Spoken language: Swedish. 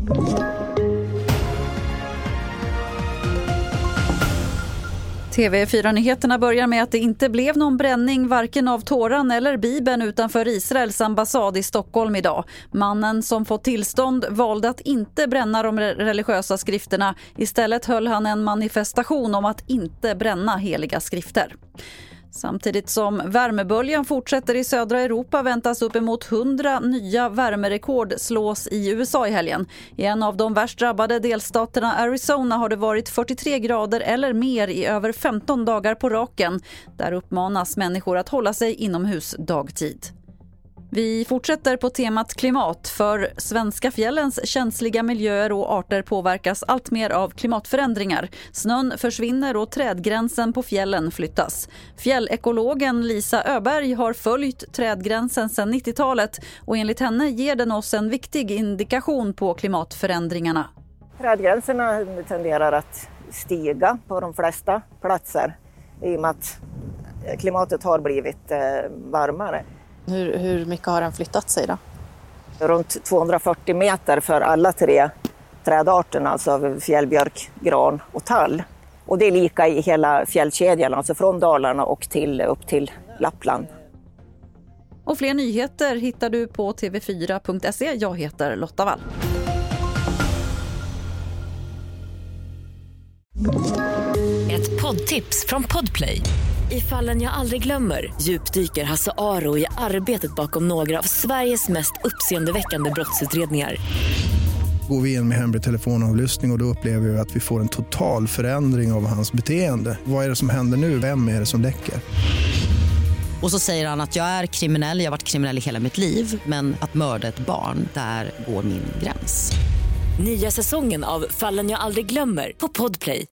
TV4-nyheterna börjar med att det inte blev någon bränning varken av Toran eller Bibeln utanför Israels ambassad i Stockholm idag. Mannen som fått tillstånd valde att inte bränna de religiösa skrifterna. Istället höll han en manifestation om att inte bränna heliga skrifter. Samtidigt som värmeböljan fortsätter i södra Europa väntas uppemot 100 nya värmerekord slås i USA i helgen. I en av de värst drabbade delstaterna Arizona har det varit 43 grader eller mer i över 15 dagar på raken. Där uppmanas människor att hålla sig inomhus dagtid. Vi fortsätter på temat klimat, för svenska fjällens känsliga miljöer och arter påverkas allt mer av klimatförändringar. Snön försvinner och trädgränsen på fjällen flyttas. Fjällekologen Lisa Öberg har följt trädgränsen sedan 90-talet och enligt henne ger den oss en viktig indikation på klimatförändringarna. Trädgränserna tenderar att stiga på de flesta platser i och med att klimatet har blivit varmare. Hur mycket har den flyttat sig då? Runt 240 meter för alla tre trädarterna, alltså fjällbjörk, gran och tall. Och det är lika i hela fjällkedjan, alltså från Dalarna och upp till Lappland. Och fler nyheter hittar du på tv4.se. Jag heter Lotta Wall. Ett poddtips från Podplay. I Fallen jag aldrig glömmer djupdyker Hasse Aro i arbetet bakom några av Sveriges mest uppseendeväckande brottsutredningar. Går vi in med hemlig telefonavlyssning och då upplever vi att vi får en total förändring av hans beteende. Vad är det som händer nu? Vem är det som läcker? Och så säger han att jag är kriminell, jag har varit kriminell i hela mitt liv. Men att mörda ett barn, där går min gräns. Nya säsongen av Fallen jag aldrig glömmer på Podplay.